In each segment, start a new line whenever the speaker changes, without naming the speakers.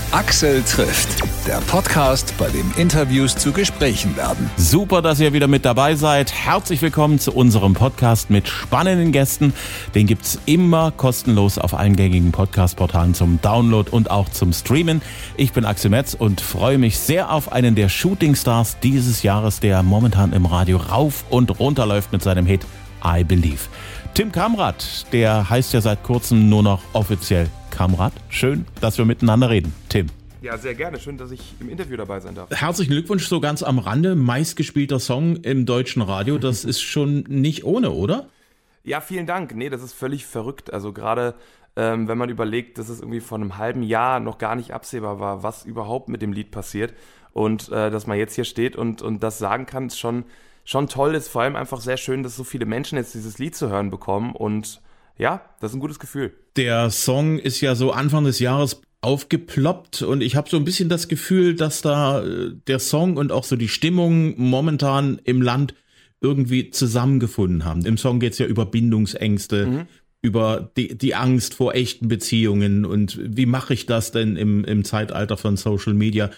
Axel trifft, der Podcast, bei dem Interviews zu Gesprächen werden.
Super, dass ihr wieder mit dabei seid. Herzlich willkommen zu unserem Podcast mit spannenden Gästen. Den gibt's immer kostenlos auf allen gängigen Podcast-Portalen zum Download und auch zum Streamen. Ich bin Axel Metz und freue mich sehr auf einen der Shootingstars dieses Jahres, der momentan im Radio rauf und runter läuft mit seinem Hit I Believe. Tim Kamrat, der heißt ja seit kurzem nur noch offiziell Kamrat. Schön, dass wir miteinander reden. Tim.
Ja, sehr gerne. Schön, dass ich im Interview dabei sein darf.
Herzlichen Glückwunsch, so ganz am Rande. Meistgespielter Song im deutschen Radio. Das ist schon nicht ohne, oder?
Ja, vielen Dank. Nee, das ist völlig verrückt. Also gerade, wenn man überlegt, dass es irgendwie vor einem halben Jahr noch gar nicht absehbar war, was überhaupt mit dem Lied passiert. Und dass man jetzt hier steht und das sagen kann, ist schon toll. Ist vor allem einfach sehr schön, dass so viele Menschen jetzt dieses Lied zu hören bekommen. Und ja, das ist ein gutes Gefühl.
Der Song ist ja so Anfang des Jahres aufgeploppt und ich habe so ein bisschen das Gefühl, dass da der Song und auch so die Stimmung momentan im Land irgendwie zusammengefunden haben. Im Song geht's ja über Bindungsängste, über die Angst vor echten Beziehungen und wie mache ich das denn im Zeitalter von Social Media?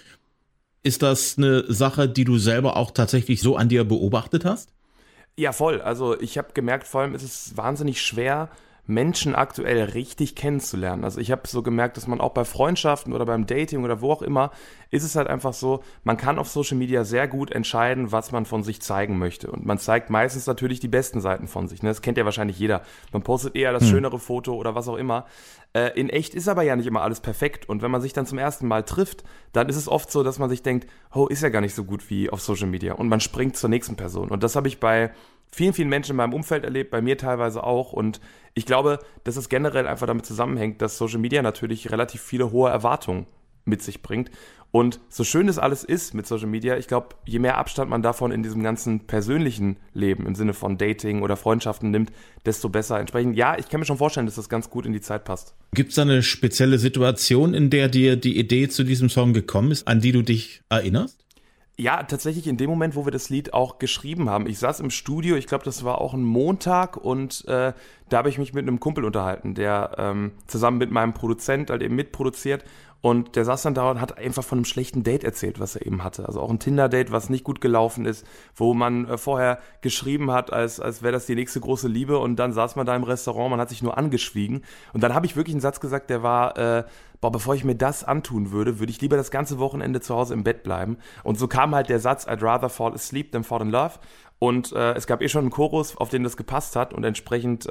Ist das eine Sache, die du selber auch tatsächlich so an dir beobachtet hast?
Ja, voll. Also ich habe gemerkt, vor allem ist es wahnsinnig schwer, Menschen aktuell richtig kennenzulernen. Also ich habe so gemerkt, dass man auch bei Freundschaften oder beim Dating oder wo auch immer, ist es halt einfach so, man kann auf Social Media sehr gut entscheiden, was man von sich zeigen möchte. Und man zeigt meistens natürlich die besten Seiten von sich. Ne? Das kennt ja wahrscheinlich jeder. Man postet eher das schönere Foto oder was auch immer. In echt ist aber ja nicht immer alles perfekt. Und wenn man sich dann zum ersten Mal trifft, dann ist es oft so, dass man sich denkt, oh, ist ja gar nicht so gut wie auf Social Media. Und man springt zur nächsten Person. Und das habe ich bei vielen, vielen Menschen in meinem Umfeld erlebt, bei mir teilweise auch. Und ich glaube, dass es generell einfach damit zusammenhängt, dass Social Media natürlich relativ viele hohe Erwartungen mit sich bringt. Und so schön das alles ist mit Social Media, ich glaube, je mehr Abstand man davon in diesem ganzen persönlichen Leben im Sinne von Dating oder Freundschaften nimmt, desto besser. Entsprechend, ja, ich kann mir schon vorstellen, dass das ganz gut in die Zeit passt. Gibt es da eine spezielle Situation, in der dir die Idee zu diesem Song gekommen ist, an die du dich erinnerst? Ja, tatsächlich in dem Moment, wo wir das Lied auch geschrieben haben. Ich saß im Studio, ich glaube, das war auch ein Montag und da habe ich mich mit einem Kumpel unterhalten, der zusammen mit meinem Produzent halt eben mitproduziert und der saß dann da und hat einfach von einem schlechten Date erzählt, was er eben hatte. Also auch ein Tinder-Date, was nicht gut gelaufen ist, wo man vorher geschrieben hat, als wäre das die nächste große Liebe und dann saß man da im Restaurant, man hat sich nur angeschwiegen und dann habe ich wirklich einen Satz gesagt, der war, bevor ich mir das antun würde, würde ich lieber das ganze Wochenende zu Hause im Bett bleiben. Und so kam halt der Satz, I'd rather fall asleep than fall in love. Und es gab schon einen Chorus, auf den das gepasst hat und entsprechend,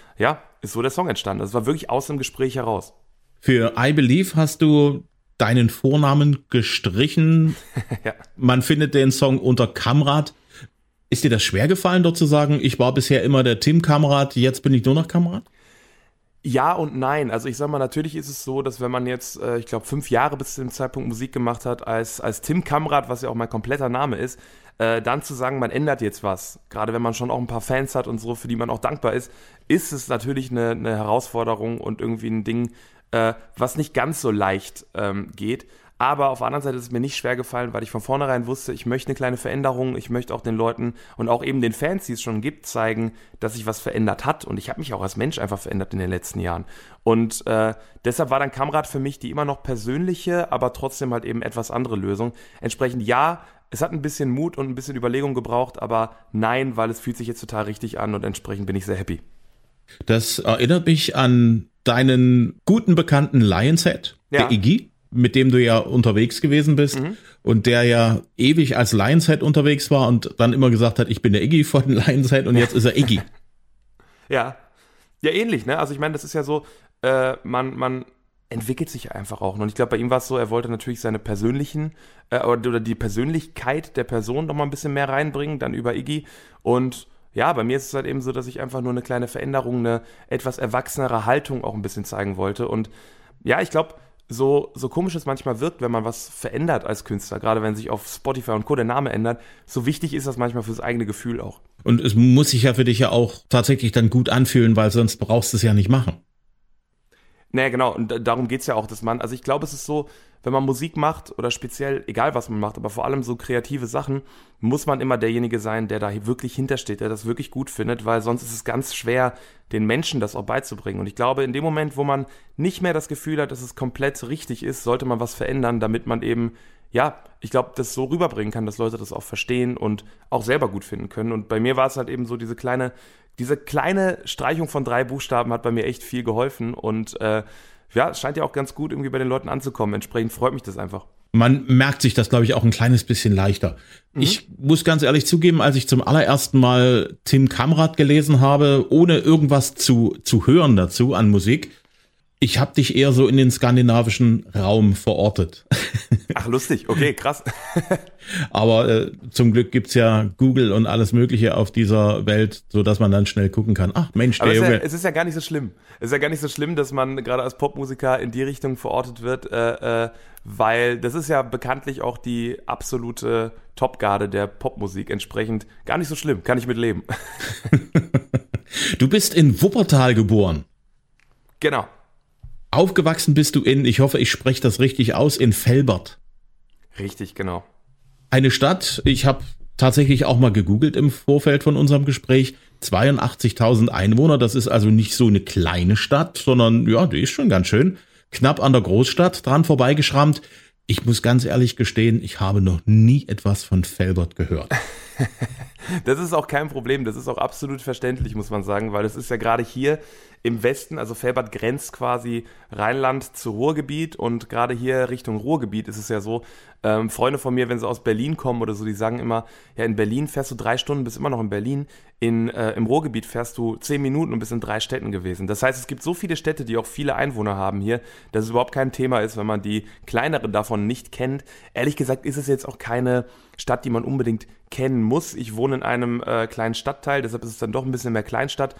ist so der Song entstanden. Das war wirklich aus dem Gespräch heraus. Für I Believe hast du deinen Vornamen gestrichen. Ja. Man findet den Song unter Kamrat. Ist dir das schwer gefallen, dort zu sagen, ich war bisher immer der Tim Kamrat, jetzt bin ich nur noch Kamrat? Ja und nein. Also ich sag mal, natürlich ist es so, dass wenn man jetzt, ich glaube, 5 Jahre bis zu dem Zeitpunkt Musik gemacht hat als Tim Kamrat, was ja auch mein kompletter Name ist, dann zu sagen, man ändert jetzt was, gerade wenn man schon auch ein paar Fans hat und so, für die man auch dankbar ist es natürlich eine Herausforderung und irgendwie ein Ding, was nicht ganz so leicht geht. Aber auf der anderen Seite ist es mir nicht schwer gefallen, weil ich von vornherein wusste, ich möchte eine kleine Veränderung, ich möchte auch den Leuten und auch eben den Fans, die es schon gibt, zeigen, dass sich was verändert hat. Und ich habe mich auch als Mensch einfach verändert in den letzten Jahren. Und deshalb war dann Kamrat für mich die immer noch persönliche, aber trotzdem halt eben etwas andere Lösung. Entsprechend ja, es hat ein bisschen Mut und ein bisschen Überlegung gebraucht, aber nein, weil es fühlt sich jetzt total richtig an und entsprechend bin ich sehr happy. Das erinnert mich an deinen guten Bekannten Lionhead, der Iggy, mit dem du ja unterwegs gewesen bist und der ja ewig als Lionhead unterwegs war und dann immer gesagt hat, ich bin der Iggy von Lionhead und jetzt ist er Iggy. Ja, ähnlich, ne? Also ich meine, das ist ja so, man entwickelt sich einfach auch. Und ich glaube, bei ihm war es so, er wollte natürlich seine persönlichen oder die Persönlichkeit der Person noch mal ein bisschen mehr reinbringen, dann über Iggy. Und ja, bei mir ist es halt eben so, dass ich einfach nur eine kleine Veränderung, eine etwas erwachsenere Haltung auch ein bisschen zeigen wollte. Und ja, ich glaube, so komisch es manchmal wirkt, wenn man was verändert als Künstler, gerade wenn sich auf Spotify und Co. der Name ändert, so wichtig ist das manchmal fürs eigene Gefühl auch. Und es muss sich ja für dich ja auch tatsächlich dann gut anfühlen, weil sonst brauchst du es ja nicht machen. Naja, genau, und darum geht's ja auch, dass man, also ich glaube, es ist so, wenn man Musik macht oder speziell, egal was man macht, aber vor allem so kreative Sachen, muss man immer derjenige sein, der da wirklich hintersteht, der das wirklich gut findet, weil sonst ist es ganz schwer, den Menschen das auch beizubringen. Und ich glaube, in dem Moment, wo man nicht mehr das Gefühl hat, dass es komplett richtig ist, sollte man was verändern, damit man eben, ja, ich glaube, das so rüberbringen kann, dass Leute das auch verstehen und auch selber gut finden können. Und bei mir war es halt eben so, diese kleine Streichung von 3 Buchstaben hat bei mir echt viel geholfen und ja, es scheint ja auch ganz gut irgendwie bei den Leuten anzukommen. Entsprechend freut mich das einfach.
Man merkt sich das, glaube ich, auch ein kleines bisschen leichter. Ich muss ganz ehrlich zugeben, als ich zum allerersten Mal Tim Kamrat gelesen habe, ohne irgendwas zu hören dazu an Musik, ich habe dich eher so in den skandinavischen Raum verortet.
Ach, lustig. Okay, krass.
Aber zum Glück gibt's ja Google und alles Mögliche auf dieser Welt, so dass man dann schnell gucken kann. Ach Mensch, der Junge.
Es ist ja gar nicht so schlimm. Es ist ja gar nicht so schlimm, dass man gerade als Popmusiker in die Richtung verortet wird, weil das ist ja bekanntlich auch die absolute Topgarde der Popmusik. Entsprechend gar nicht so schlimm. Kann ich mit leben.
Du bist in Wuppertal geboren.
Genau.
Aufgewachsen bist du ich hoffe, ich spreche das richtig aus, in Velbert.
Richtig, genau.
Eine Stadt, ich habe tatsächlich auch mal gegoogelt im Vorfeld von unserem Gespräch, 82.000 Einwohner, das ist also nicht so eine kleine Stadt, sondern ja, die ist schon ganz schön. Knapp an der Großstadt dran vorbeigeschrammt. Ich muss ganz ehrlich gestehen, ich habe noch nie etwas von Velbert gehört.
Das ist auch kein Problem, das ist auch absolut verständlich, muss man sagen, weil es ist ja gerade hier im Westen, also Velbert grenzt quasi Rheinland zu Ruhrgebiet und gerade hier Richtung Ruhrgebiet ist es ja so, Freunde von mir, wenn sie aus Berlin kommen oder so, die sagen immer, ja, in Berlin fährst du 3 Stunden, bist immer noch in Berlin, im Ruhrgebiet fährst du 10 Minuten und bist in 3 Städten gewesen. Das heißt, es gibt so viele Städte, die auch viele Einwohner haben hier, dass es überhaupt kein Thema ist, wenn man die kleineren davon nicht kennt. Ehrlich gesagt ist es jetzt auch keine Stadt, die man unbedingt kennen muss. Ich wohne in einem kleinen Stadtteil, deshalb ist es dann doch ein bisschen mehr Kleinstadt.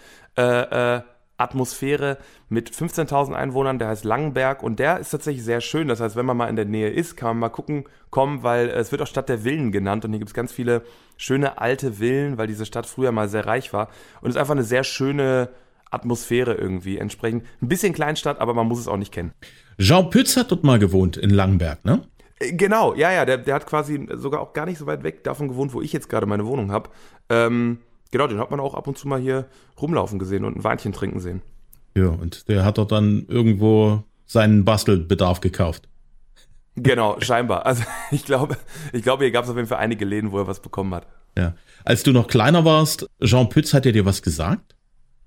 Atmosphäre mit 15.000 Einwohnern, der heißt Langenberg und der ist tatsächlich sehr schön. Das heißt, wenn man mal in der Nähe ist, kann man mal kommen, weil es wird auch Stadt der Villen genannt und hier gibt es ganz viele schöne alte Villen, weil diese Stadt früher mal sehr reich war und es ist einfach eine sehr schöne Atmosphäre irgendwie. Entsprechend ein bisschen Kleinstadt, aber man muss es auch nicht kennen.
Jean Pütz hat dort mal gewohnt in Langenberg, ne?
Genau, ja, der hat quasi sogar auch gar nicht so weit weg davon gewohnt, wo ich jetzt gerade meine Wohnung habe. Genau, den hat man auch ab und zu mal hier rumlaufen gesehen und ein Weinchen trinken sehen.
Ja, und der hat dort dann irgendwo seinen Bastelbedarf gekauft.
Genau, scheinbar. Also ich glaube, hier gab es auf jeden Fall einige Läden, wo er was bekommen hat.
Ja. Als du noch kleiner warst, Jean Pütz, hat er dir was gesagt?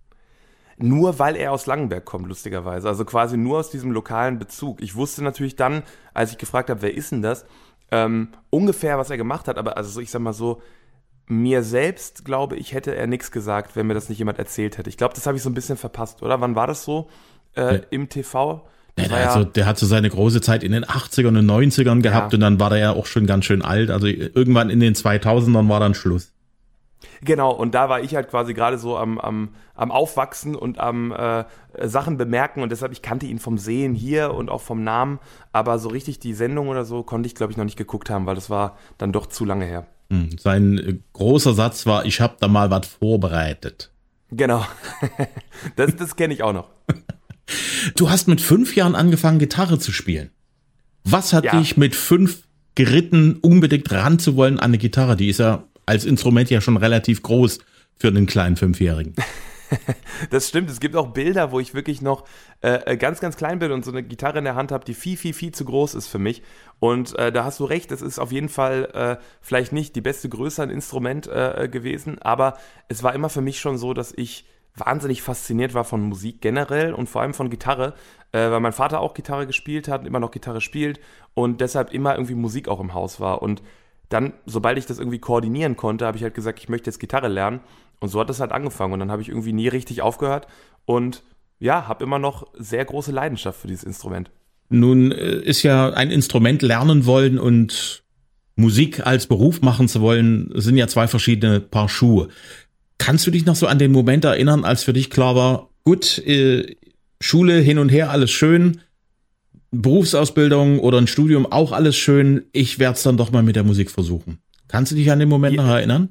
Nur weil er aus Langenberg kommt, lustigerweise. Also quasi nur aus diesem lokalen Bezug. Ich wusste natürlich dann, als ich gefragt habe, wer ist denn das, ungefähr, was er gemacht hat. Aber also ich sag mal so, mir selbst, glaube ich, hätte er nichts gesagt, wenn mir das nicht jemand erzählt hätte. Ich glaube, das habe ich so ein bisschen verpasst, oder? Wann war das so im TV?
Der hat so seine große Zeit in den 80ern und 90ern gehabt und dann war der ja auch schon ganz schön alt. Also irgendwann in den 2000ern war dann Schluss.
Genau, und da war ich halt quasi gerade so am Aufwachsen und am Sachen bemerken und deshalb, ich kannte ihn vom Sehen hier und auch vom Namen, aber so richtig die Sendung oder so konnte ich, glaube ich, noch nicht geguckt haben, weil das war dann doch zu lange her.
Sein großer Satz war, ich habe da mal was vorbereitet.
Genau, das kenne ich auch noch.
Du hast mit 5 Jahren angefangen, Gitarre zu spielen. Was hat dich mit 5 geritten, unbedingt ran zu wollen an eine Gitarre? Die ist ja als Instrument ja schon relativ groß für einen kleinen 5-Jährigen.
Das stimmt, es gibt auch Bilder, wo ich wirklich noch ganz, ganz klein bin und so eine Gitarre in der Hand habe, die viel, viel, viel zu groß ist für mich. Und da hast du recht, es ist auf jeden Fall vielleicht nicht die beste Größe an Instrument gewesen, aber es war immer für mich schon so, dass ich wahnsinnig fasziniert war von Musik generell und vor allem von Gitarre, weil mein Vater auch Gitarre gespielt hat, immer noch Gitarre spielt und deshalb immer irgendwie Musik auch im Haus war. Und dann, sobald ich das irgendwie koordinieren konnte, habe ich halt gesagt, ich möchte jetzt Gitarre lernen. Und so hat das halt angefangen. Und dann habe ich irgendwie nie richtig aufgehört. Und ja, habe immer noch sehr große Leidenschaft für dieses Instrument.
Nun ist ja ein Instrument lernen wollen und Musik als Beruf machen zu wollen, sind ja 2 verschiedene Paar Schuhe. Kannst du dich noch so an den Moment erinnern, als für dich klar war, gut, Schule hin und her, alles schön, Berufsausbildung oder ein Studium auch alles schön, ich werde es dann doch mal mit der Musik versuchen. Kannst du dich an den Moment noch erinnern?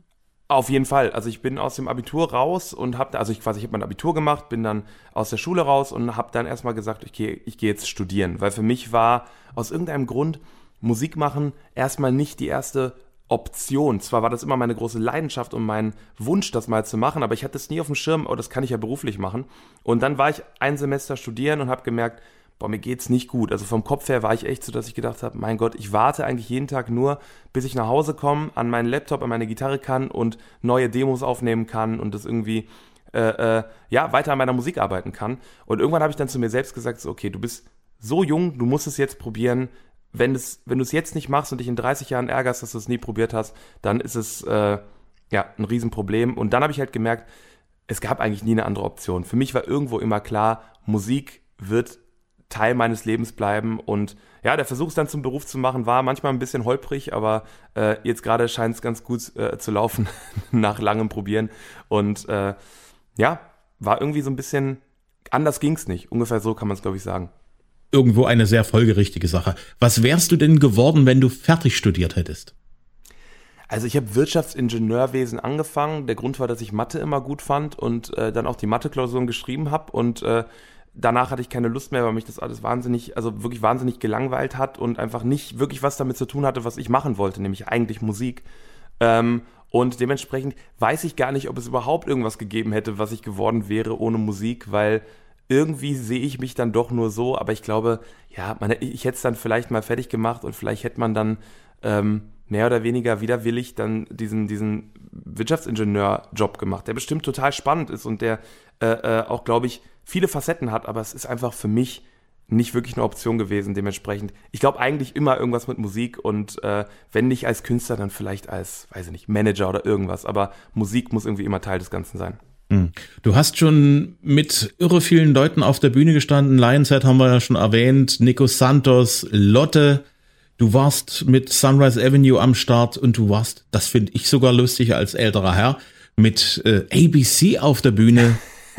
Auf jeden Fall. Also ich bin aus dem Abitur raus und ich habe mein Abitur gemacht, bin dann aus der Schule raus und habe dann erstmal gesagt, okay, ich gehe jetzt studieren. Weil für mich war aus irgendeinem Grund Musik machen erstmal nicht die erste Option. Zwar war das immer meine große Leidenschaft und mein Wunsch, das mal zu machen, aber ich hatte es nie auf dem Schirm, das kann ich ja beruflich machen. Und dann war ich ein Semester studieren und habe gemerkt, mir geht's nicht gut. Also vom Kopf her war ich echt so, dass ich gedacht habe, mein Gott, ich warte eigentlich jeden Tag nur, bis ich nach Hause komme, an meinen Laptop, an meine Gitarre kann und neue Demos aufnehmen kann und das irgendwie weiter an meiner Musik arbeiten kann. Und irgendwann habe ich dann zu mir selbst gesagt, so, okay, du bist so jung, du musst es jetzt probieren. Wenn du es jetzt nicht machst und dich in 30 Jahren ärgerst, dass du es nie probiert hast, dann ist es ein Riesenproblem. Und dann habe ich halt gemerkt, es gab eigentlich nie eine andere Option. Für mich war irgendwo immer klar, Musik wird Teil meines Lebens bleiben. Und ja, der Versuch, es dann zum Beruf zu machen, war manchmal ein bisschen holprig, aber jetzt gerade scheint es ganz gut zu laufen nach langem Probieren. Und war irgendwie so ein bisschen, anders ging es nicht. Ungefähr so kann man es, glaube ich, sagen.
Irgendwo eine sehr folgerichtige Sache. Was wärst du denn geworden, wenn du fertig studiert hättest?
Also ich habe Wirtschaftsingenieurwesen angefangen. Der Grund war, dass ich Mathe immer gut fand und dann auch die Mathe-Klausuren geschrieben habe. Und danach hatte ich keine Lust mehr, weil mich das alles wirklich wahnsinnig gelangweilt hat und einfach nicht wirklich was damit zu tun hatte, was ich machen wollte, nämlich eigentlich Musik. Und dementsprechend weiß ich gar nicht, ob es überhaupt irgendwas gegeben hätte, was ich geworden wäre ohne Musik, weil irgendwie sehe ich mich dann doch nur so, aber ich glaube, ich hätte es dann vielleicht mal fertig gemacht und vielleicht hätte man dann mehr oder weniger widerwillig dann diesen Wirtschaftsingenieur-Job gemacht, der bestimmt total spannend ist und der auch, glaube ich, viele Facetten hat, aber es ist einfach für mich nicht wirklich eine Option gewesen, dementsprechend. Ich glaube eigentlich immer irgendwas mit Musik und wenn nicht als Künstler, dann vielleicht als, weiß ich nicht, Manager oder irgendwas, aber Musik muss irgendwie immer Teil des Ganzen sein.
Du hast schon mit irre vielen Leuten auf der Bühne gestanden. Lionshead haben wir ja schon erwähnt, Nico Santos, Lotte. Du warst mit Sunrise Avenue am Start und du warst, das finde ich sogar lustig als älterer Herr, mit ABC auf der Bühne.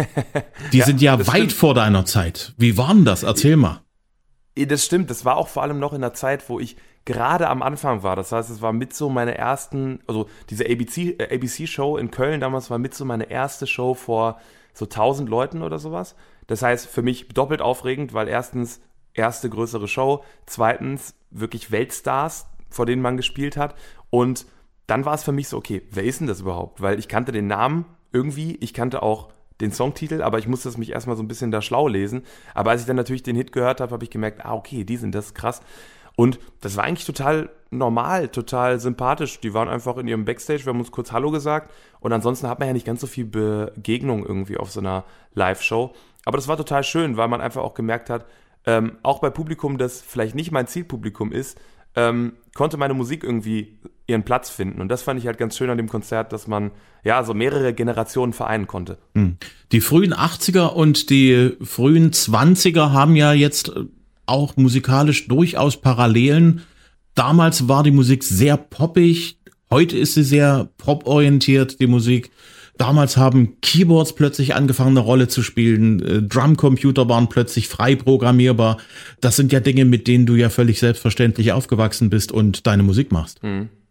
Die sind ja weit
stimmt.
vor deiner Zeit. Wie war denn das? Erzähl mal.
Das stimmt, das war auch vor allem noch in der Zeit, wo ich gerade am Anfang war. Das heißt, es war mit so meine ersten, also diese ABC-Show in Köln damals war mit so meine erste Show vor so 1000 Leuten oder sowas. Das heißt, für mich doppelt aufregend, weil erstens erste größere Show, zweitens wirklich Weltstars, vor denen man gespielt hat. Und dann war es für mich so, okay, wer ist denn das überhaupt? Weil ich kannte den Namen irgendwie, ich kannte auch den Songtitel, aber ich musste es mich erstmal so ein bisschen da schlau lesen. Aber als ich dann natürlich den Hit gehört habe, habe ich gemerkt, okay, die sind das, krass. Und das war eigentlich total normal, total sympathisch. Die waren einfach in ihrem Backstage, wir haben uns kurz Hallo gesagt und ansonsten hat man ja nicht ganz so viel Begegnung irgendwie auf so einer Live-Show. Aber das war total schön, weil man einfach auch gemerkt hat, auch bei Publikum, das vielleicht nicht mein Zielpublikum ist, konnte meine Musik irgendwie ihren Platz finden. Und das fand ich halt ganz schön an dem Konzert, dass man so mehrere Generationen vereinen konnte.
Die frühen 80er und die frühen 20er haben ja jetzt auch musikalisch durchaus Parallelen. Damals war die Musik sehr poppig, heute ist sie sehr poporientiert, die Musik. Damals haben Keyboards plötzlich angefangen, eine Rolle zu spielen. Drumcomputer waren plötzlich frei programmierbar. Das sind ja Dinge, mit denen du ja völlig selbstverständlich aufgewachsen bist und deine Musik machst.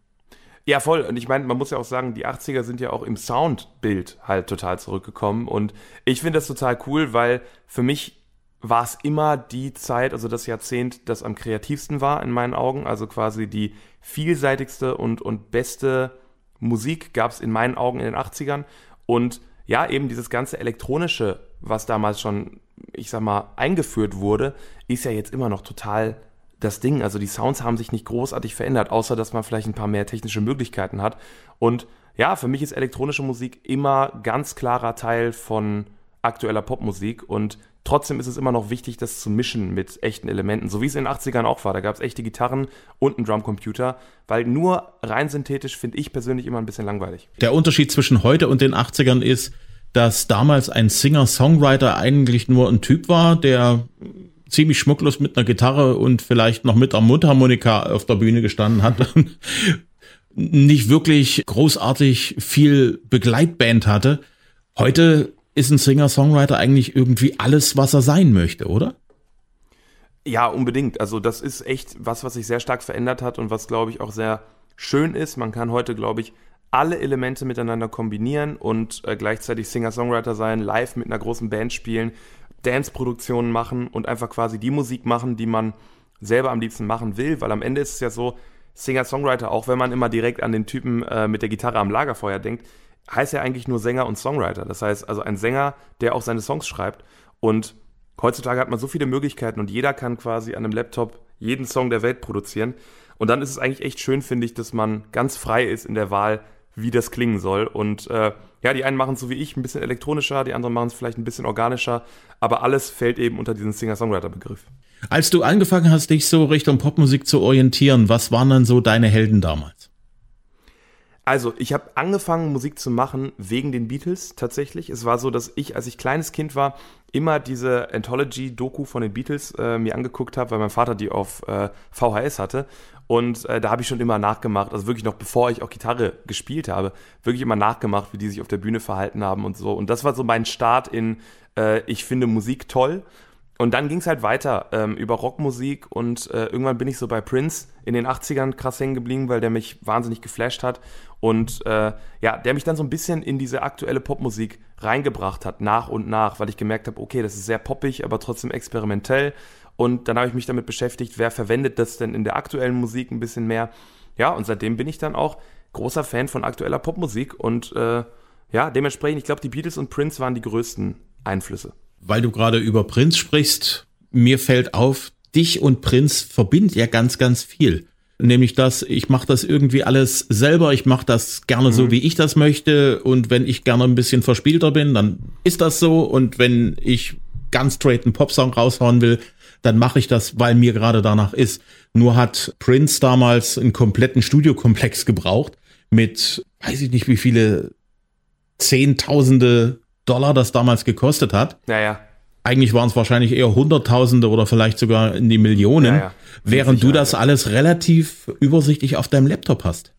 Ja, voll. Und ich meine, man muss ja auch sagen, die 80er sind ja auch im Soundbild halt total zurückgekommen. Und ich finde das total cool, weil für mich war es immer die Zeit, also das Jahrzehnt, das am kreativsten war in meinen Augen. Also quasi die vielseitigste und beste Musik gab es in meinen Augen in den 80ern und ja, eben dieses ganze Elektronische, was damals schon, ich sag mal, eingeführt wurde, ist ja jetzt immer noch total das Ding. Also die Sounds haben sich nicht großartig verändert, außer dass man vielleicht ein paar mehr technische Möglichkeiten hat. Und ja, für mich ist elektronische Musik immer ganz klarer Teil von aktueller Popmusik und trotzdem ist es immer noch wichtig, das zu mischen mit echten Elementen, so wie es in den 80ern auch war. Da gab es echte Gitarren und einen Drumcomputer, weil nur rein synthetisch finde ich persönlich immer ein bisschen langweilig.
Der Unterschied zwischen heute und den 80ern ist, dass damals ein Singer-Songwriter eigentlich nur ein Typ war, der ziemlich schmucklos mit einer Gitarre und vielleicht noch mit einer Mundharmonika auf der Bühne gestanden hat und nicht wirklich großartig viel Begleitband hatte. Heute ist ein Singer-Songwriter eigentlich irgendwie alles, was er sein möchte, oder?
Ja, unbedingt. Also das ist echt was sich sehr stark verändert hat und was, glaube ich, auch sehr schön ist. Man kann heute, glaube ich, alle Elemente miteinander kombinieren und gleichzeitig Singer-Songwriter sein, live mit einer großen Band spielen, Dance-Produktionen machen und einfach quasi die Musik machen, die man selber am liebsten machen will, weil am Ende ist es ja so, Singer-Songwriter, auch wenn man immer direkt an den Typen mit der Gitarre am Lagerfeuer denkt, heißt ja eigentlich nur Sänger und Songwriter. Das heißt also ein Sänger, der auch seine Songs schreibt. Und heutzutage hat man so viele Möglichkeiten und jeder kann quasi an einem Laptop jeden Song der Welt produzieren. Und dann ist es eigentlich echt schön, finde ich, dass man ganz frei ist in der Wahl, wie das klingen soll. Und die einen machen es so wie ich, ein bisschen elektronischer, die anderen machen es vielleicht ein bisschen organischer, aber alles fällt eben unter diesen Singer-Songwriter-Begriff.
Als du angefangen hast, dich so Richtung Popmusik zu orientieren, was waren dann so deine Helden damals?
Also, ich habe angefangen, Musik zu machen wegen den Beatles tatsächlich. Es war so, dass ich, als ich kleines Kind war, immer diese Anthology-Doku von den Beatles mir angeguckt habe, weil mein Vater die auf VHS hatte. Und da habe ich schon immer nachgemacht, also wirklich noch bevor ich auch Gitarre gespielt habe, wirklich immer nachgemacht, wie die sich auf der Bühne verhalten haben und so. Und das war so mein Start in, ich finde Musik toll. Und dann ging es halt weiter über Rockmusik und irgendwann bin ich so bei Prince in den 80ern krass hängen geblieben, weil der mich wahnsinnig geflasht hat und der mich dann so ein bisschen in diese aktuelle Popmusik reingebracht hat, nach und nach, weil ich gemerkt habe, okay, das ist sehr poppig, aber trotzdem experimentell und dann habe ich mich damit beschäftigt, wer verwendet das denn in der aktuellen Musik ein bisschen mehr. Ja, und seitdem bin ich dann auch großer Fan von aktueller Popmusik und dementsprechend, ich glaube, die Beatles und Prince waren die größten Einflüsse.
Weil du gerade über Prince sprichst, mir fällt auf, dich und Prince verbindet ja ganz, ganz viel. Nämlich ich mache das irgendwie alles selber, ich mache das gerne so, wie ich das möchte und wenn ich gerne ein bisschen verspielter bin, dann ist das so und wenn ich ganz straight einen Popsong raushauen will, dann mache ich das, weil mir gerade danach ist. Nur hat Prince damals einen kompletten Studiokomplex gebraucht mit, weiß ich nicht wie viele Zehntausende $, das damals gekostet hat.
Ja.
Eigentlich waren es wahrscheinlich eher Hunderttausende oder vielleicht sogar in die Millionen, während du das alles relativ übersichtlich auf deinem Laptop hast.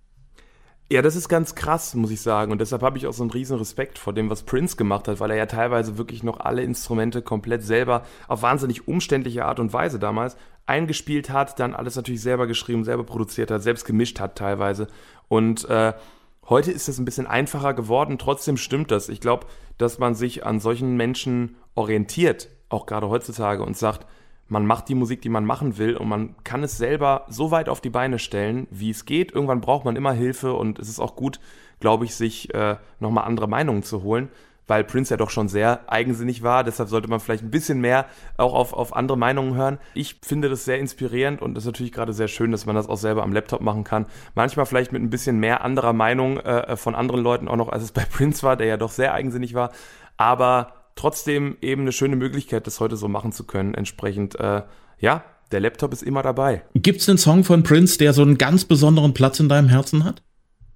Ja, das ist ganz krass, muss ich sagen. Und deshalb habe ich auch so einen riesen Respekt vor dem, was Prince gemacht hat, weil er ja teilweise wirklich noch alle Instrumente komplett selber auf wahnsinnig umständliche Art und Weise damals eingespielt hat, dann alles natürlich selber geschrieben, selber produziert hat, selbst gemischt hat teilweise. Und heute ist es ein bisschen einfacher geworden, trotzdem stimmt das. Ich glaube, dass man sich an solchen Menschen orientiert, auch gerade heutzutage, und sagt, man macht die Musik, die man machen will und man kann es selber so weit auf die Beine stellen, wie es geht. Irgendwann braucht man immer Hilfe und es ist auch gut, glaube ich, sich nochmal andere Meinungen zu holen, weil Prince ja doch schon sehr eigensinnig war. Deshalb sollte man vielleicht ein bisschen mehr auch auf andere Meinungen hören. Ich finde das sehr inspirierend und es ist natürlich gerade sehr schön, dass man das auch selber am Laptop machen kann. Manchmal vielleicht mit ein bisschen mehr anderer Meinung von anderen Leuten auch noch, als es bei Prince war, der ja doch sehr eigensinnig war. Aber trotzdem eben eine schöne Möglichkeit, das heute so machen zu können. Entsprechend, der Laptop ist immer dabei.
Gibt's einen Song von Prince, der so einen ganz besonderen Platz in deinem Herzen hat?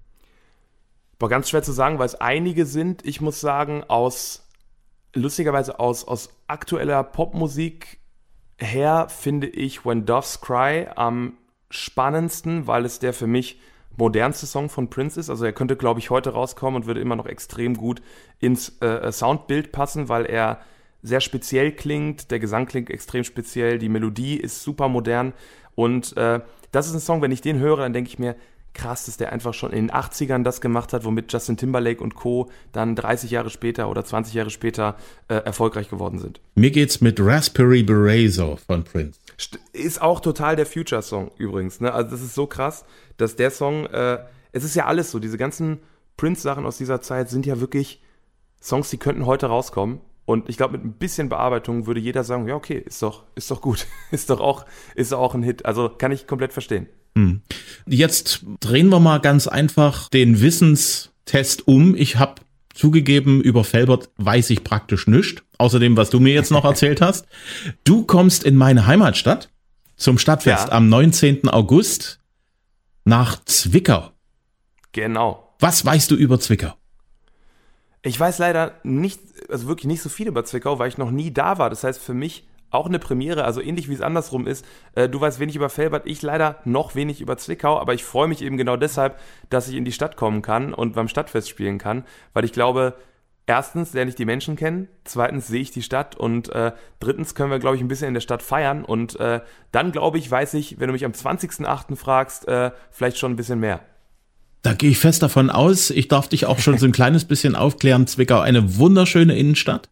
Boah, ganz schwer zu sagen, weil es einige sind. Ich muss sagen, lustigerweise aus aktueller Popmusik her finde ich When Doves Cry am spannendsten, weil es der für mich modernste Song von Prince ist. Also er könnte, glaube ich, heute rauskommen und würde immer noch extrem gut ins Soundbild passen, weil er sehr speziell klingt, der Gesang klingt extrem speziell, die Melodie ist super modern und das ist ein Song, wenn ich den höre, dann denke ich mir, krass, dass der einfach schon in den 80ern das gemacht hat, womit Justin Timberlake und Co. dann 30 Jahre später oder 20 Jahre später erfolgreich geworden sind.
Mir geht's mit Raspberry Beret so von Prince.
Ist auch total der Future-Song übrigens, ne? Also das ist so krass, dass der Song, es ist ja alles so, diese ganzen Prince-Sachen aus dieser Zeit sind ja wirklich Songs, die könnten heute rauskommen. Und ich glaube, mit ein bisschen Bearbeitung würde jeder sagen, ja okay, ist doch gut, ist doch auch ein Hit. Also kann ich komplett verstehen.
Jetzt drehen wir mal ganz einfach den Wissenstest um. Ich habe zugegeben, über Velbert weiß ich praktisch nichts, außer dem, was du mir jetzt noch erzählt hast. Du kommst in meine Heimatstadt zum Stadtfest am 19. August nach Zwickau.
Genau.
Was weißt du über Zwickau?
Ich weiß leider nicht, also wirklich nicht so viel über Zwickau, weil ich noch nie da war. Das heißt für mich auch eine Premiere, also ähnlich wie es andersrum ist. Du weißt wenig über Velbert, ich leider noch wenig über Zwickau, aber ich freue mich eben genau deshalb, dass ich in die Stadt kommen kann und beim Stadtfest spielen kann, weil ich glaube, erstens lerne ich die Menschen kennen, zweitens sehe ich die Stadt und drittens können wir, glaube ich, ein bisschen in der Stadt feiern und dann, glaube ich, weiß ich, wenn du mich am 20.08. fragst, vielleicht schon ein bisschen mehr.
Da gehe ich fest davon aus. Ich darf dich auch schon so ein kleines bisschen aufklären. Zwickau, eine wunderschöne Innenstadt.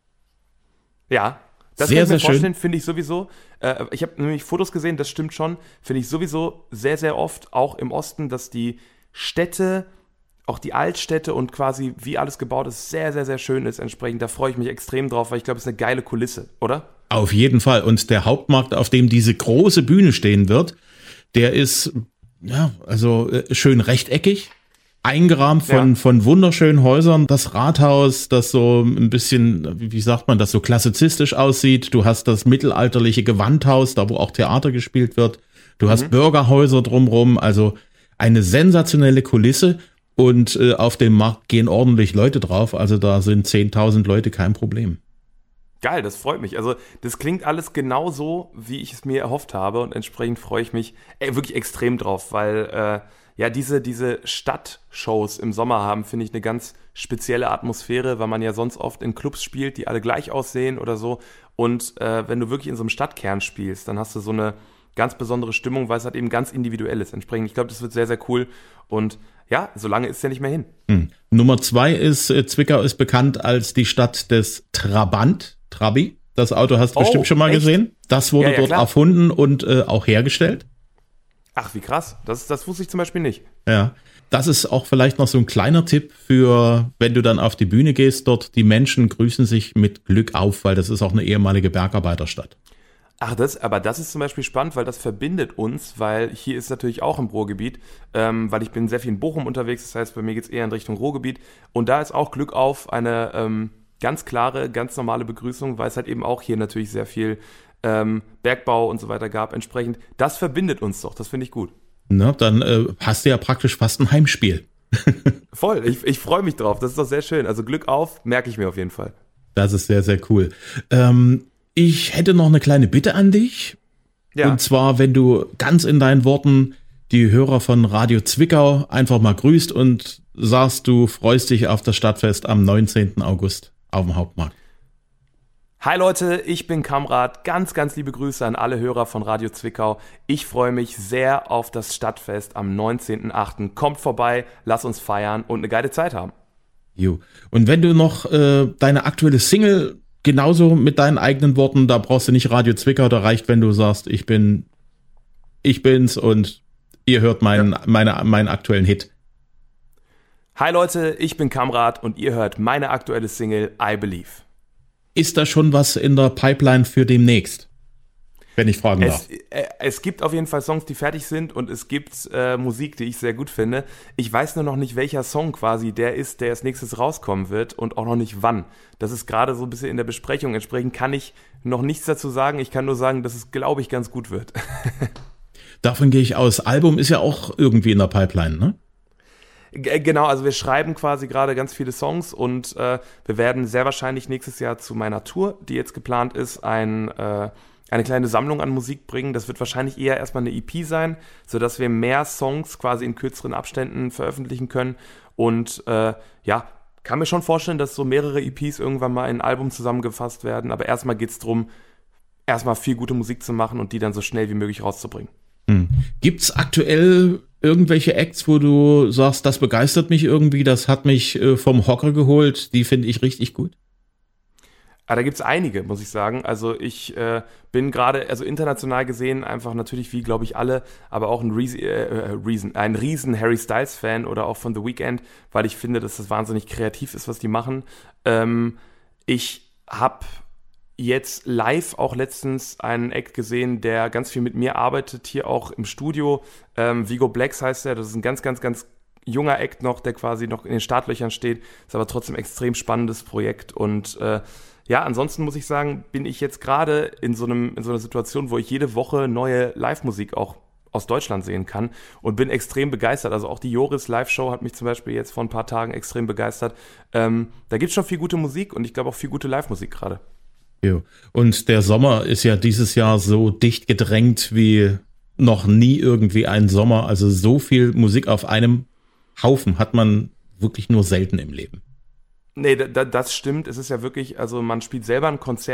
Ja, das
sehr,
kann ich mir
sehr
vorstellen,
schön.
finde ich sowieso. Ich habe nämlich Fotos gesehen, das stimmt schon. Finde ich sowieso sehr, sehr oft, auch im Osten, dass die Städte, auch die Altstädte und quasi wie alles gebaut ist, sehr, sehr, sehr schön ist. Entsprechend, da freue ich mich extrem drauf, weil ich glaube, es ist eine geile Kulisse, oder?
Auf jeden Fall. Und der Hauptmarkt, auf dem diese große Bühne stehen wird, der ist, ja, also schön rechteckig, eingerahmt von wunderschönen Häusern. Das Rathaus, das so ein bisschen, wie sagt man, das so klassizistisch aussieht. Du hast das mittelalterliche Gewandhaus, da wo auch Theater gespielt wird. Du hast Bürgerhäuser drumrum, also eine sensationelle Kulisse. Und auf dem Markt gehen ordentlich Leute drauf. Also da sind 10.000 Leute kein Problem.
Geil, das freut mich. Also das klingt alles genau so, wie ich es mir erhofft habe. Und entsprechend freue ich mich wirklich extrem drauf, weil diese Stadtshows im Sommer haben, finde ich, eine ganz spezielle Atmosphäre, weil man ja sonst oft in Clubs spielt, die alle gleich aussehen oder so. Und wenn du wirklich in so einem Stadtkern spielst, dann hast du so eine ganz besondere Stimmung, weil es halt eben ganz individuell ist. Entsprechend, ich glaube, das wird sehr, sehr cool. Und ja, so lange ist es ja nicht mehr hin.
Nummer 2 ist, Zwickau ist bekannt als die Stadt des Trabi. Das Auto hast du bestimmt schon mal
echt?
gesehen. Das wurde dort
klar.
erfunden und auch hergestellt.
Ach, wie krass. Das wusste ich zum Beispiel nicht.
Ja, das ist auch vielleicht noch so ein kleiner Tipp für, wenn du dann auf die Bühne gehst dort. Die Menschen grüßen sich mit Glück auf, weil das ist auch eine ehemalige Bergarbeiterstadt.
Ach, aber das ist zum Beispiel spannend, weil das verbindet uns, weil hier ist natürlich auch im Ruhrgebiet, weil ich bin sehr viel in Bochum unterwegs, das heißt, bei mir geht es eher in Richtung Ruhrgebiet und da ist auch Glück auf eine ganz klare, ganz normale Begrüßung, weil es halt eben auch hier natürlich sehr viel Bergbau und so weiter gab. Entsprechend, das verbindet uns doch, das finde ich gut.
Na, dann hast du ja praktisch fast ein Heimspiel.
Voll, ich freue mich drauf, das ist doch sehr schön. Also Glück auf, merke ich mir auf jeden Fall.
Das ist sehr, sehr cool. Ich hätte noch eine kleine Bitte an dich.
Ja.
Und zwar, wenn du ganz in deinen Worten die Hörer von Radio Zwickau einfach mal grüßt und sagst, du freust dich auf das Stadtfest am 19. August auf dem Hauptmarkt.
Hi Leute, ich bin Kamrat. Ganz, ganz liebe Grüße an alle Hörer von Radio Zwickau. Ich freue mich sehr auf das Stadtfest am 19.08. Kommt vorbei, lass uns feiern und eine geile Zeit haben.
Jo. Und wenn du noch deine aktuelle Single genauso mit deinen eigenen Worten, da brauchst du nicht Radio Zwickau, da reicht, wenn du sagst, ich bin's und ihr hört meinen aktuellen Hit.
Hi Leute, ich bin Kamrat und ihr hört meine aktuelle Single I Believe.
Ist da schon was in der Pipeline für demnächst? Wenn ich fragen darf.
Es gibt auf jeden Fall Songs, die fertig sind und es gibt Musik, die ich sehr gut finde. Ich weiß nur noch nicht, welcher Song quasi der ist, der als nächstes rauskommen wird und auch noch nicht wann. Das ist gerade so ein bisschen in der Besprechung. Entsprechend kann ich noch nichts dazu sagen. Ich kann nur sagen, dass es, glaube ich, ganz gut wird.
Davon gehe ich aus. Album ist ja auch irgendwie in der Pipeline, ne?
Genau, also wir schreiben quasi gerade ganz viele Songs und wir werden sehr wahrscheinlich nächstes Jahr zu meiner Tour, die jetzt geplant ist, eine kleine Sammlung an Musik bringen. Das wird wahrscheinlich eher erstmal eine EP sein, sodass wir mehr Songs quasi in kürzeren Abständen veröffentlichen können. Und kann mir schon vorstellen, dass so mehrere EPs irgendwann mal in ein Album zusammengefasst werden. Aber erstmal geht es darum, erstmal viel gute Musik zu machen und die dann so schnell wie möglich rauszubringen.
Gibt's aktuell irgendwelche Acts, wo du sagst, das begeistert mich irgendwie, das hat mich vom Hocker geholt, die finde ich richtig gut?
Da gibt es einige, muss ich sagen. Also ich bin gerade, also international gesehen, einfach natürlich wie, glaube ich, alle, aber auch ein riesen Harry Styles-Fan oder auch von The Weeknd, weil ich finde, dass das wahnsinnig kreativ ist, was die machen. Ich habe jetzt live auch letztens einen Act gesehen, der ganz viel mit mir arbeitet, hier auch im Studio. Vigo Blacks heißt er, das ist ein ganz, ganz, ganz junger Act noch, der quasi noch in den Startlöchern steht, ist aber trotzdem ein extrem spannendes Projekt und ansonsten muss ich sagen, bin ich jetzt gerade in so einer Situation, wo ich jede Woche neue Live-Musik auch aus Deutschland sehen kann und bin extrem begeistert. Also auch die Joris Live-Show hat mich zum Beispiel jetzt vor ein paar Tagen extrem begeistert. Da gibt es schon viel gute Musik und ich glaube auch viel gute Live-Musik gerade.
Jo. Und der Sommer ist ja dieses Jahr so dicht gedrängt wie noch nie irgendwie ein Sommer. Also so viel Musik auf einem Haufen hat man wirklich nur selten im Leben.
Nee, das stimmt. Es ist ja wirklich, also man spielt selber ein Konzert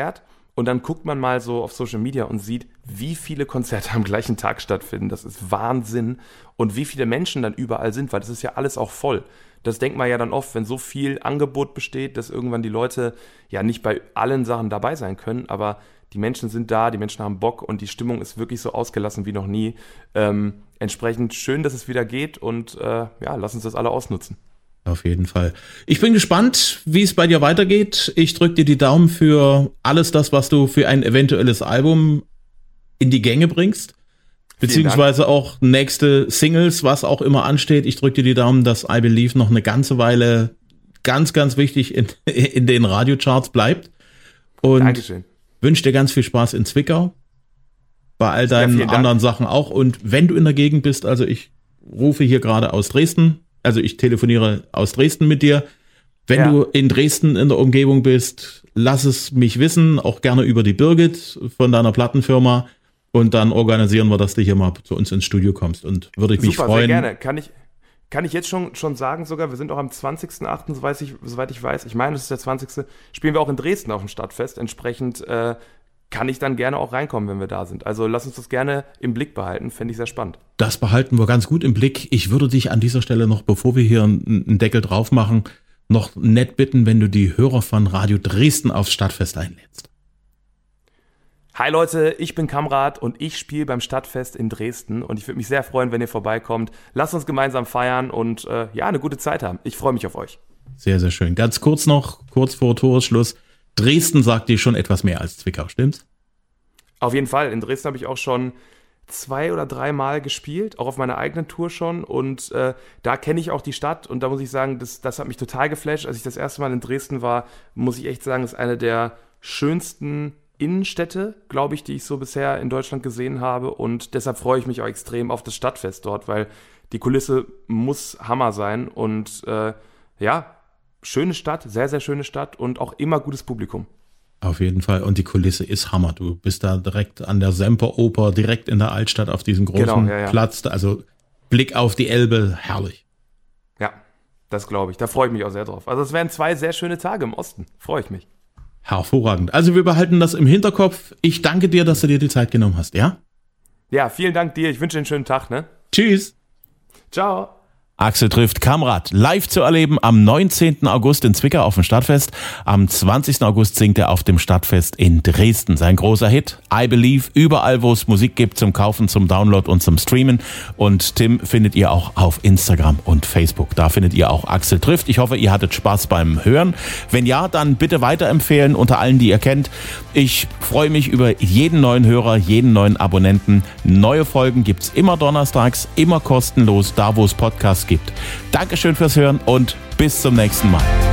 Und dann guckt man mal so auf Social Media und sieht, wie viele Konzerte am gleichen Tag stattfinden. Das ist Wahnsinn. Und wie viele Menschen dann überall sind, weil das ist ja alles auch voll. Das denkt man ja dann oft, wenn so viel Angebot besteht, dass irgendwann die Leute ja nicht bei allen Sachen dabei sein können. Aber die Menschen sind da, die Menschen haben Bock und die Stimmung ist wirklich so ausgelassen wie noch nie. Entsprechend schön, dass es wieder geht und lass uns das alle ausnutzen.
Auf jeden Fall. Ich bin gespannt, wie es bei dir weitergeht. Ich drücke dir die Daumen für alles das, was du für ein eventuelles Album in die Gänge bringst. Beziehungsweise auch nächste Singles, was auch immer ansteht. Ich drücke dir die Daumen, dass I Believe noch eine ganze Weile ganz, ganz wichtig in den Radiocharts bleibt. Und
Dankeschön.
Wünsche dir ganz viel Spaß in Zwickau. Bei all deinen anderen Sachen auch. Und wenn du in der Gegend bist, also ich rufe hier gerade aus Dresden, also ich telefoniere aus Dresden mit dir. Wenn du in Dresden in der Umgebung bist, lass es mich wissen, auch gerne über die Birgit von deiner Plattenfirma. Und dann organisieren wir, dass du hier mal zu uns ins Studio kommst. Und würde ich mich freuen.
Sehr gerne. Kann ich jetzt schon sagen sogar, wir sind auch am 20.08., soweit ich weiß, ich meine, das ist der 20., spielen wir auch in Dresden auf dem Stadtfest. Entsprechend kann ich dann gerne auch reinkommen, wenn wir da sind. Also lass uns das gerne im Blick behalten, fände ich sehr spannend. Das behalten wir ganz gut im Blick. Ich würde dich an dieser Stelle noch, bevor wir hier einen Deckel drauf machen, noch nett bitten, wenn du die Hörer von Radio Dresden aufs Stadtfest einlädst. Hi Leute, ich bin Kamrat und ich spiele beim Stadtfest in Dresden und ich würde mich sehr freuen, wenn ihr vorbeikommt. Lasst uns gemeinsam feiern und eine gute Zeit haben. Ich freue mich auf euch. Sehr, sehr schön. Ganz kurz noch, kurz vor Toresschluss. Dresden sagt dir schon etwas mehr als Zwickau, stimmt's? Auf jeden Fall. In Dresden habe ich auch schon 2 oder 3 Mal gespielt, auch auf meiner eigenen Tour schon. Und da kenne ich auch die Stadt. Und da muss ich sagen, das hat mich total geflasht. Als ich das erste Mal in Dresden war, muss ich echt sagen, ist eine der schönsten Innenstädte, glaube ich, die ich so bisher in Deutschland gesehen habe. Und deshalb freue ich mich auch extrem auf das Stadtfest dort, weil die Kulisse muss Hammer sein. Und schöne Stadt, sehr, sehr schöne Stadt und auch immer gutes Publikum. Auf jeden Fall. Und die Kulisse ist Hammer. Du bist da direkt an der Semperoper, direkt in der Altstadt auf diesem großen Platz. Also Blick auf die Elbe, herrlich. Ja, das glaube ich. Da freue ich mich auch sehr drauf. Also es werden 2 sehr schöne Tage im Osten. Freue ich mich. Hervorragend. Also wir behalten das im Hinterkopf. Ich danke dir, dass du dir die Zeit genommen hast, ja? Ja, vielen Dank dir. Ich wünsche dir einen schönen Tag, ne? Tschüss. Ciao. Axel trifft Kamrat live zu erleben am 19. August in Zwickau auf dem Stadtfest. Am 20. August singt er auf dem Stadtfest in Dresden. Sein großer Hit, I Believe, überall wo es Musik gibt zum Kaufen, zum Download und zum Streamen. Und Tim findet ihr auch auf Instagram und Facebook. Da findet ihr auch Axel trifft. Ich hoffe, ihr hattet Spaß beim Hören. Wenn ja, dann bitte weiterempfehlen unter allen, die ihr kennt. Ich freue mich über jeden neuen Hörer, jeden neuen Abonnenten. Neue Folgen gibt's immer donnerstags, immer kostenlos, da wo es Podcasts gibt. Dankeschön fürs Hören und bis zum nächsten Mal.